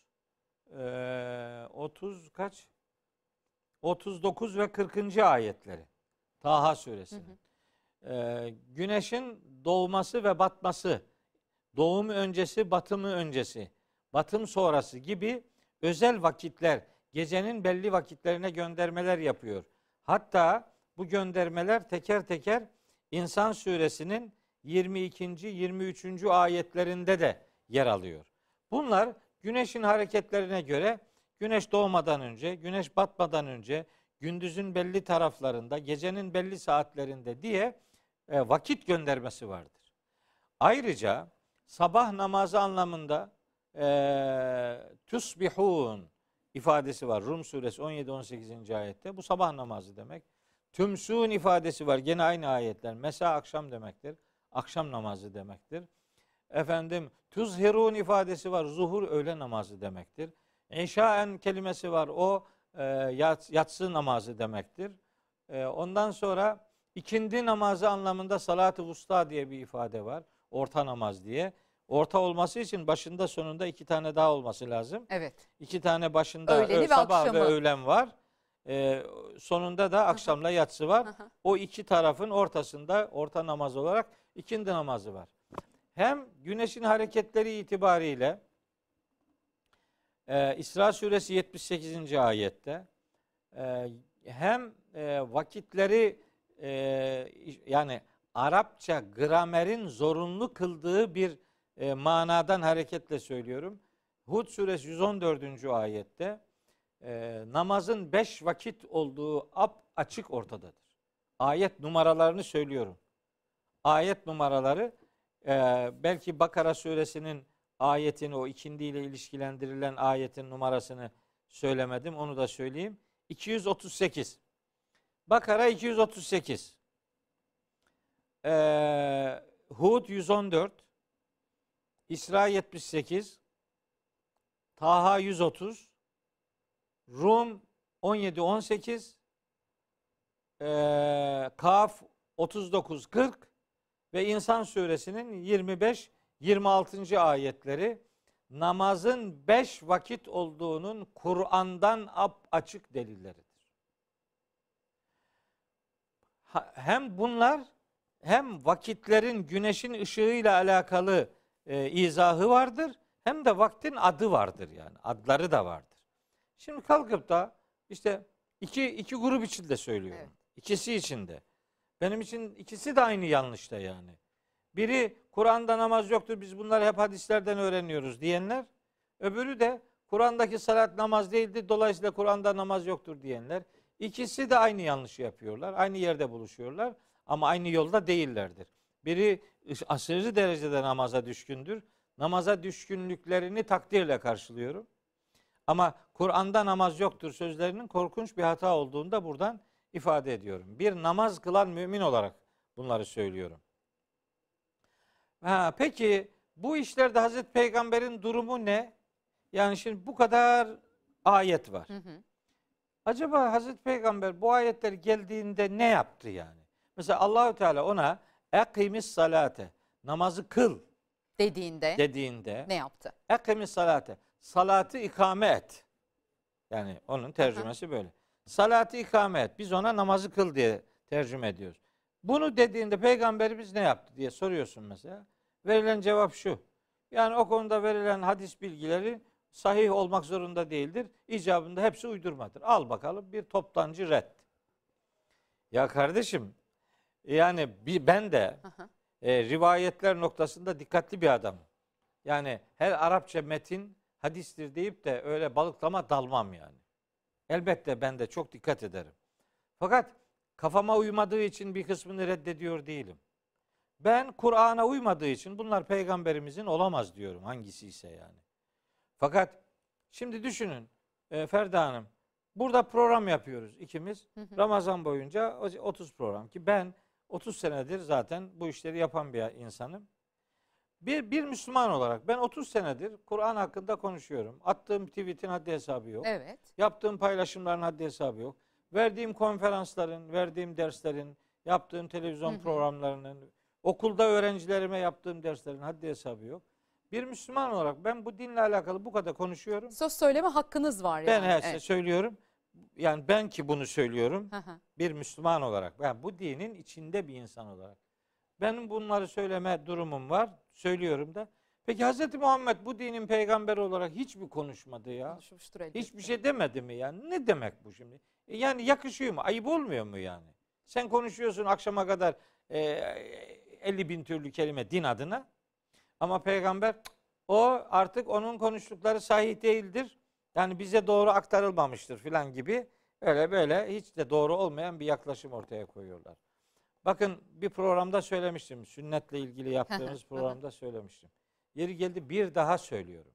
e, otuz kaç? otuz dokuz ve kırkıncı ayetleri. Taha suresinin. Hı hı. Ee, güneşin doğması ve batması, doğum öncesi, batımı öncesi, batım sonrası gibi özel vakitler, gecenin belli vakitlerine göndermeler yapıyor. Hatta bu göndermeler teker teker İnsan suresinin yirmi ikinci yirmi üçüncü ayetlerinde de yer alıyor. Bunlar güneşin hareketlerine göre güneş doğmadan önce, güneş batmadan önce, gündüzün belli taraflarında, gecenin belli saatlerinde diye e, vakit göndermesi vardır. Ayrıca sabah namazı anlamında e, tusbihun ifadesi var. Rum suresi on yedi on sekizinci ayette. Bu sabah namazı demek. Tümsün ifadesi var. Gene aynı ayetler. Mesa akşam demektir. Akşam namazı demektir. Efendim tuzhirun ifadesi var. Zuhur öğle namazı demektir. İşaen kelimesi var. O e, yats, yatsı namazı demektir. E, ondan sonra ikindi namazı anlamında salat-ı vusta diye bir ifade var. Orta namaz diye. Orta olması için başında sonunda iki tane daha olması lazım. Evet. İki tane başında Öğleni ö, sabah akşamı. ve öğlen var. E, sonunda da akşamla yatsı var. O iki tarafın ortasında orta namaz olarak ikindi namazı var. Hem güneşin hareketleri itibariyle e, İsra suresi yetmiş sekizinci ayette e, hem e, vakitleri e, yani Arapça gramerin zorunlu kıldığı bir e, manadan hareketle söylüyorum. Hud suresi yüz on dördüncü ayette e, namazın beş vakit olduğu ap açık ortadadır. Ayet numaralarını söylüyorum. Ayet numaraları e, belki Bakara suresinin ayetini, o ikindiyle ilişkilendirilen ayetin numarasını söylemedim. Onu da söyleyeyim. iki yüz otuz sekiz. Bakara iki yüz otuz sekiz. Ee, Hud yüz on dört. İsra yetmiş sekiz. Taha yüz otuz. Rum on yedi on sekiz. Ee, Kaf otuz dokuz kırk ve İnsan suresinin yirmi beş yirmi altıncı ayetleri namazın beş vakit olduğunun Kur'an'dan açık delilleridir. Hem bunlar hem vakitlerin güneşin ışığıyla alakalı e, izahı vardır, hem de vaktin adı vardır yani. Adları da vardır. Şimdi kalkıp da işte iki, iki grup için de söylüyorum. Evet. İkisi için de. Benim için ikisi de aynı yanlışta yani. Biri Kur'an'da namaz yoktur, biz bunları hep hadislerden öğreniyoruz diyenler. Öbürü de Kur'an'daki salat namaz değildir, dolayısıyla Kur'an'da namaz yoktur diyenler. İkisi de aynı yanlışı yapıyorlar. Aynı yerde buluşuyorlar ama aynı yolda değillerdir. Biri aşırı derecede namaza düşkündür. Namaza düşkünlüklerini takdirle karşılıyorum. Ama Kur'an'da namaz yoktur sözlerinin korkunç bir hata olduğunu da buradan ifade ediyorum. Bir namaz kılan mümin olarak bunları söylüyorum. Ha, peki bu işlerde Hazreti Peygamber'in durumu ne? Yani şimdi bu kadar ayet var. Hı hı. Acaba Hazreti Peygamber bu ayetler geldiğinde ne yaptı yani? Mesela Allahü Teala ona ekimis salate, namazı kıl Dediğinde dediğinde ne yaptı? ekimis salate, salatı ikame et. Yani onun tercümesi böyle. Salatı ikame et. Biz ona namazı kıl diye tercüme ediyoruz. Bunu dediğinde peygamberimiz ne yaptı diye soruyorsun mesela. Verilen cevap şu. Yani o konuda verilen hadis bilgileri sahih olmak zorunda değildir. İcabında hepsi uydurmadır. Al bakalım bir toptancı red. Ya kardeşim yani bir, ben de Aha. e, rivayetler noktasında dikkatli bir adamım. Yani her Arapça metin hadistir deyip de öyle balıklama dalmam yani. Elbette ben de çok dikkat ederim. Fakat kafama uymadığı için bir kısmını reddediyor değilim. Ben Kur'an'a uymadığı için bunlar peygamberimizin olamaz diyorum hangisi ise yani. Fakat şimdi düşünün e, Ferda Hanım, burada program yapıyoruz ikimiz. Hı hı. Ramazan boyunca otuz program ki ben otuz senedir zaten bu işleri yapan bir insanım. Bir, bir Müslüman olarak ben otuz senedir Kur'an hakkında konuşuyorum. Attığım tweetin haddi hesabı yok. Evet. Yaptığım paylaşımların haddi hesabı yok. Verdiğim konferansların, verdiğim derslerin, yaptığım televizyon Hı hı. programlarının, okulda öğrencilerime yaptığım derslerin haddi hesabı yok. Bir Müslüman olarak ben bu dinle alakalı bu kadar konuşuyorum. Söz söyleme hakkınız var Ben yani. her şey Evet. söylüyorum. Yani ben ki bunu söylüyorum. Hı hı. Bir Müslüman olarak, ben bu dinin içinde bir insan olarak. Benim bunları söyleme durumum var. Söylüyorum da. Peki Hz. Muhammed bu dinin peygamberi olarak hiç mi konuşmadı ya? Konuşmuştur elbette. Hiçbir şey demedi mi yani? Ne demek bu şimdi? E yani yakışıyor mu? Ayıp olmuyor mu yani? Sen konuşuyorsun akşama kadar e, elli bin türlü kelime din adına. Ama peygamber o artık onun konuştukları sahih değildir. Yani bize doğru aktarılmamıştır filan gibi öyle böyle hiç de doğru olmayan bir yaklaşım ortaya koyuyorlar. Bakın bir programda söylemiştim. Sünnetle ilgili yaptığımız programda söylemiştim. Yeri geldi bir daha söylüyorum.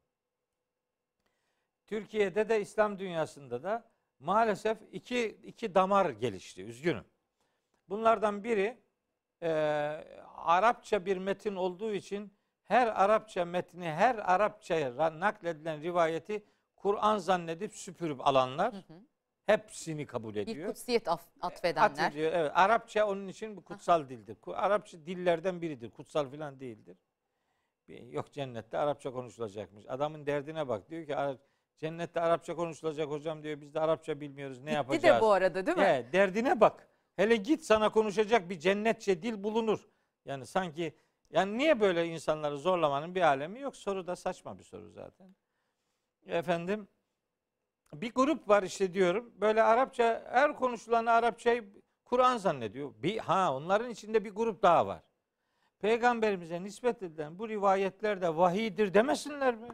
Türkiye'de de İslam dünyasında da maalesef iki, iki damar gelişti. Üzgünüm. Bunlardan biri e, Arapça bir metin olduğu için her Arapça metni, her Arapçaya nakledilen rivayeti Kur'an zannedip süpürüp alanlar. Hı hı. Hepsini kabul ediyor. Bir kutsiyet atfedenler. Atfediyor, evet. Arapça onun için bir kutsal dildir. Arapça dillerden biridir. Kutsal filan değildir. Yok cennette Arapça konuşulacakmış. Adamın derdine bak. Diyor ki cennette Arapça konuşulacak hocam diyor. Biz de Arapça bilmiyoruz. Ne Gitti yapacağız? de bu arada değil mi? He, derdine bak. Hele git sana konuşacak bir cennetçe dil bulunur. Yani sanki yani niye böyle insanları zorlamanın bir alemi yok? Soru da saçma bir soru zaten. Efendim bir grup var işte diyorum. Böyle Arapça her konuşulanı Arapçayı Kur'an zannediyor. Bir ha onların içinde bir grup daha var. Peygamberimize nispet edilen bu rivayetler de vahiydir demesinler mi?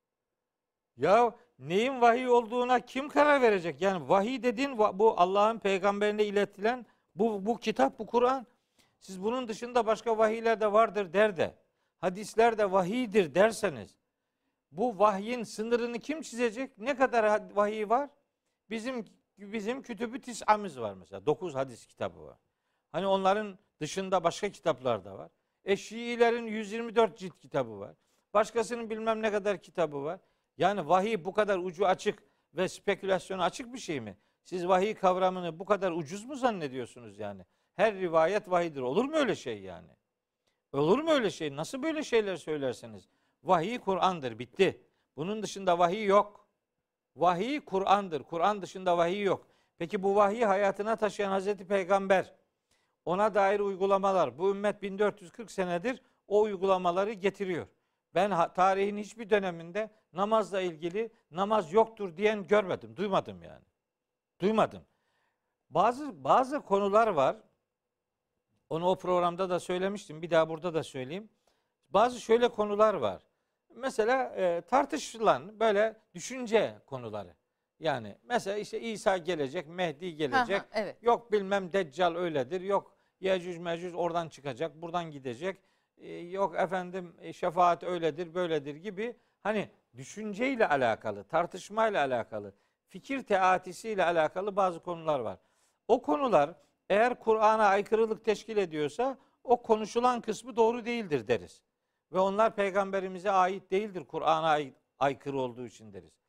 Ya neyin vahiy olduğuna kim karar verecek? Yani vahiy dediğin bu Allah'ın peygamberine iletilen bu, bu kitap, bu Kur'an. Siz bunun dışında başka vahiyler de vardır der de, hadisler de vahiydir derseniz, bu vahyin sınırını kim çizecek? Ne kadar vahiy var? Bizim bizim kütüb-ü tis'amız var mesela. Dokuz hadis kitabı var. Hani onların dışında başka kitaplar da var. E Şiilerin yüz yirmi dört cilt kitabı var. Başkasının bilmem ne kadar kitabı var. Yani vahiy bu kadar ucu açık ve spekülasyona açık bir şey mi? Siz vahiy kavramını bu kadar ucuz mu zannediyorsunuz yani? Her rivayet vahiydir. Olur mu öyle şey yani? Olur mu öyle şey? Nasıl böyle şeyler söylersiniz? Vahiy Kur'an'dır. Bitti. Bunun dışında vahiy yok. Vahiy Kur'an'dır. Kur'an dışında vahiy yok. Peki bu vahiy hayatına taşıyan Hazreti Peygamber, ona dair uygulamalar, bu ümmet bin dört yüz kırk senedir o uygulamaları getiriyor. Ben tarihin hiçbir döneminde namazla ilgili namaz yoktur diyen görmedim, duymadım yani. Duymadım. Bazı bazı konular var. Onu o programda da söylemiştim. Bir daha burada da söyleyeyim. Bazı şöyle konular var. Mesela e, tartışılan böyle düşünce konuları. Yani mesela işte İsa gelecek, Mehdi gelecek. Aha, evet. Yok bilmem Deccal öyledir. Yok Yecüc Mecüc oradan çıkacak, buradan gidecek. E, yok efendim e, şefaat öyledir, böyledir gibi. Hani düşünceyle alakalı, tartışmayla alakalı, fikir teatisiyle alakalı bazı konular var. O konular eğer Kur'an'a aykırılık teşkil ediyorsa o konuşulan kısmı doğru değildir deriz. Ve onlar peygamberimize ait değildir, Kur'an'a aykırı olduğu için deriz.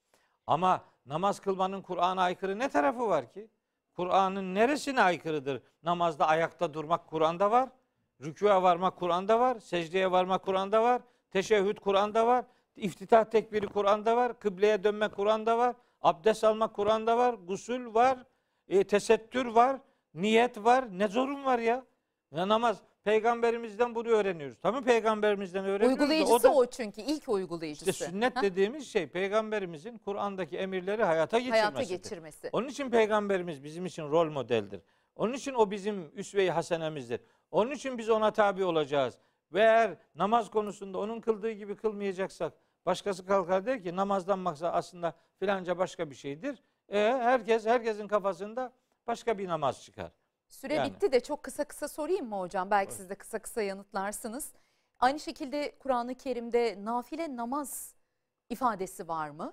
Ama namaz kılmanın Kur'an'a aykırı ne tarafı var ki? Kur'an'ın neresine aykırıdır? Namazda ayakta durmak Kur'an'da var. Rükûa varmak Kur'an'da var. Secdeye varmak Kur'an'da var. Teşehhüd Kur'an'da var. İftitah tekbiri Kur'an'da var. Kıbleye dönmek Kur'an'da var. Abdest almak Kur'an'da var. Gusül var. E, tesettür var. Niyet var. Ne zorun var ya? Ya namaz. Peygamberimizden bunu öğreniyoruz. Tabii peygamberimizden öğreniyoruz. Uygulayıcısı da, o çünkü ilk uygulayıcısı. İşte sünnet dediğimiz şey peygamberimizin Kur'an'daki emirleri hayata geçirmesidir. Hayata geçirmesi. Onun için peygamberimiz bizim için rol modeldir. Onun için o bizim üsve-i hasenemizdir. Onun için biz ona tabi olacağız. Ve eğer namaz konusunda onun kıldığı gibi kılmayacaksak, başkası kalkar der ki namazdan maksat aslında filanca başka bir şeydir. E, herkes herkesin kafasında başka bir namaz çıkar. Süre Yani. bitti de çok kısa kısa sorayım mı hocam? Belki siz de kısa kısa yanıtlarsınız. Aynı şekilde Kur'an-ı Kerim'de nafile namaz ifadesi var mı?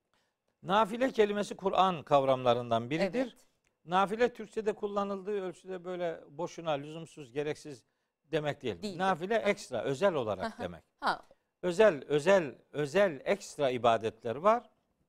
Nafile kelimesi Kur'an kavramlarından biridir. Evet. Nafile Türkçe'de kullanıldığı ölçüde böyle boşuna, lüzumsuz, gereksiz demek değil. Değil. Nafile ekstra, özel olarak demek. Ha. Özel, özel, özel ekstra ibadetler var.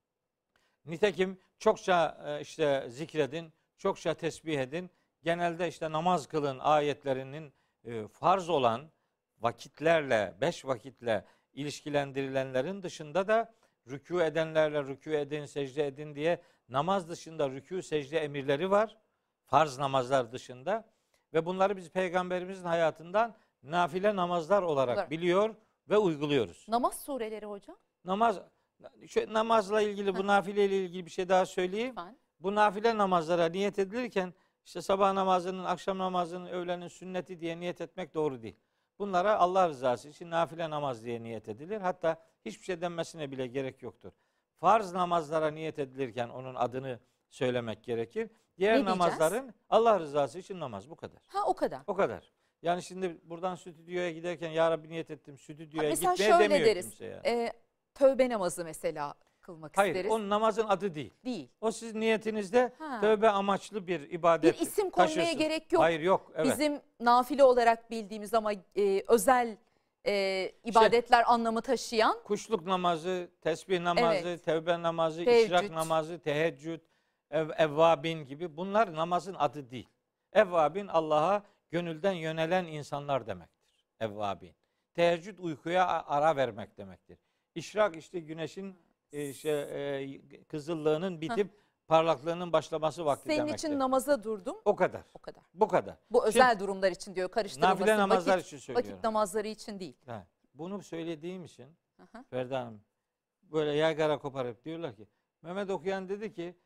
Nitekim çokça e, işte zikredin, çokça tesbih edin. Genelde işte namaz kılın ayetlerinin e, farz olan vakitlerle, beş vakitle ilişkilendirilenlerin dışında da rükû edenlerle rükû edin, secde edin diye namaz dışında rükû, secde emirleri var. Farz namazlar dışında. Ve bunları biz peygamberimizin hayatından nafile namazlar olarak Olarak. biliyor ve uyguluyoruz. Namaz sureleri hocam? Namaz şu namazla ilgili bu nafile ile ilgili bir şey daha söyleyeyim. Lütfen. Bu nafile namazlara niyet edilirken işte sabah namazının, akşam namazının, öğlenin sünneti diye niyet etmek doğru değil. Bunlara Allah rızası için nafile namaz diye niyet edilir. Hatta hiçbir şey denmesine bile gerek yoktur. Farz namazlara niyet edilirken onun adını söylemek gerekir. Diğer Ne namazların diyeceğiz? Allah rızası için namaz, bu kadar. Ha, o kadar. O kadar. Yani şimdi buradan stüdyoya giderken ya Rabbi niyet ettim stüdyoya Mesela gitmeye şöyle demiyor deriz. kimse ya. E, tövbe namazı mesela kılmak Hayır, isteriz. o namazın adı değil. Değil. O sizin niyetinizde Ha. tövbe amaçlı bir ibadet Bir isim koymaya taşırsın. gerek yok. Hayır, yok. Evet. Bizim nafile olarak bildiğimiz ama e, özel e, ibadetler anlamı taşıyan Kuşluk namazı, tesbih namazı, Evet. tevbe namazı, Teheccüd. işrak namazı, teheccüd, ev, evvabin gibi bunlar namazın adı değil. Evvabin Allah'a gönülden yönelen insanlar demektir. Evvabin. Teheccüd uykuya ara vermek demektir. İşrak işte güneşin e, şey, e, kızıllığının bitip parlaklığının başlaması vakti senin demektir. için namaza durdum. O kadar. O kadar. Bu kadar. Bu özel durumlar için diyor, karıştırılmasın. Nafile namazlar vakit, için söylüyorum. vakit namazları için değil. Ha, bunu söylediğim için Aha. Ferda Hanım böyle yaygara koparıp diyorlar ki Mehmet Okuyan dedi ki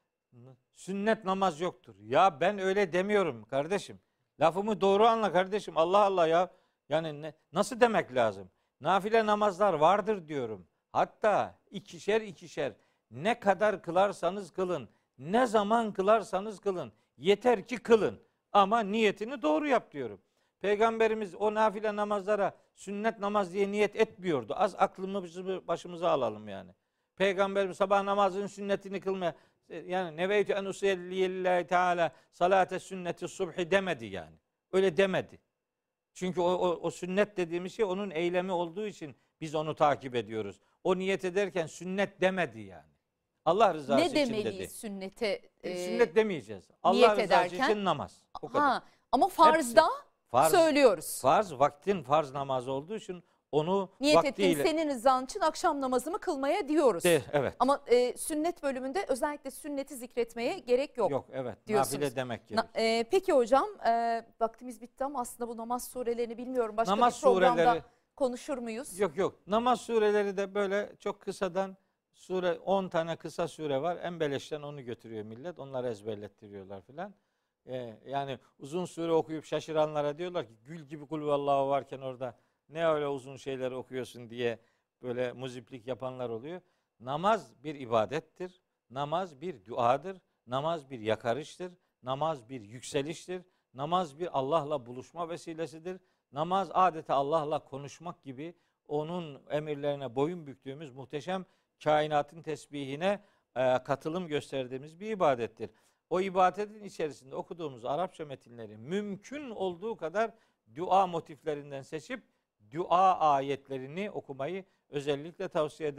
sünnet namaz yoktur. Ya ben öyle demiyorum kardeşim. Lafımı doğru anla kardeşim. Allah Allah ya. Yani ne, nasıl demek lazım? Nafile namazlar vardır diyorum. Hatta ikişer ikişer ne kadar kılarsanız kılın. Ne zaman kılarsanız kılın. Yeter ki kılın. Ama niyetini doğru yap diyorum. Peygamberimiz o nafile namazlara sünnet namaz diye niyet etmiyordu. Az aklımızı başımıza alalım yani. Peygamberimiz sabah namazının sünnetini kılmaya yani neveytü en usallillahi teala salate sünneti subhi demedi yani. Öyle demedi. Çünkü o, o, o sünnet dediğimiz şey onun eylemi olduğu için biz onu takip ediyoruz. O niyet ederken sünnet demedi yani. Allah rızası Ne için dedi. demeliyiz sünnete? E, e, sünnet demeyeceğiz. Allah niyet rızası ederken? için namaz. O kadar. Ha, ama farzda Farz, söylüyoruz. farz vaktin farz namazı olduğu için onu Niyet ettim vaktiyle... senin rızan için akşam namazımı kılmaya diyoruz. De, evet. Ama e, sünnet bölümünde özellikle sünneti zikretmeye gerek yok. Yok evet. diyorsunuz. Nafile demek gerek. Na- e, peki hocam e, vaktimiz bitti ama aslında bu namaz surelerini bilmiyorum. Başka Namaz bir programda sureleri- konuşur muyuz? Yok yok. Namaz sureleri de böyle çok kısadan sure on tane kısa sure var. En beleşten onu götürüyor millet. Onları ezberlettiriyorlar filan. Ee, yani uzun sure okuyup şaşıranlara diyorlar ki gül gibi kulvallahu varken orada ne öyle uzun şeyler okuyorsun diye böyle muziplik yapanlar oluyor. Namaz bir ibadettir. Namaz bir duadır. Namaz bir yakarıştır. Namaz bir yükseliştir. Namaz bir Allah'la buluşma vesilesidir. Namaz adeta Allah'la konuşmak gibi onun emirlerine boyun büktüğümüz muhteşem kainatın tesbihine e, katılım gösterdiğimiz bir ibadettir. O ibadetin içerisinde okuduğumuz Arapça metinleri mümkün olduğu kadar dua motiflerinden seçip dua ayetlerini okumayı özellikle tavsiye ederim.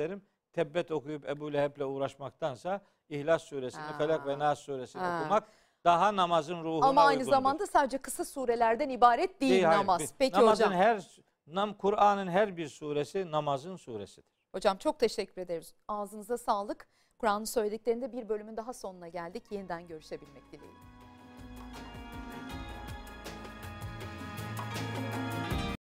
Tebbet okuyup Ebu Leheb'le uğraşmaktansa İhlas suresini, Ha. Felak ve Nas suresini Ha. okumak daha namazın ruhuna Ama aynı uygundur. zamanda sadece kısa surelerden ibaret değil, Değil, hayır. namaz. Peki Namazın hocam. her nam Kur'an'ın her bir suresi namazın suresidir. Hocam çok teşekkür ederiz. Ağzınıza sağlık. Kur'an'ın söylediklerinde bir bölümün daha sonuna geldik. Yeniden görüşebilmek dileğiyle.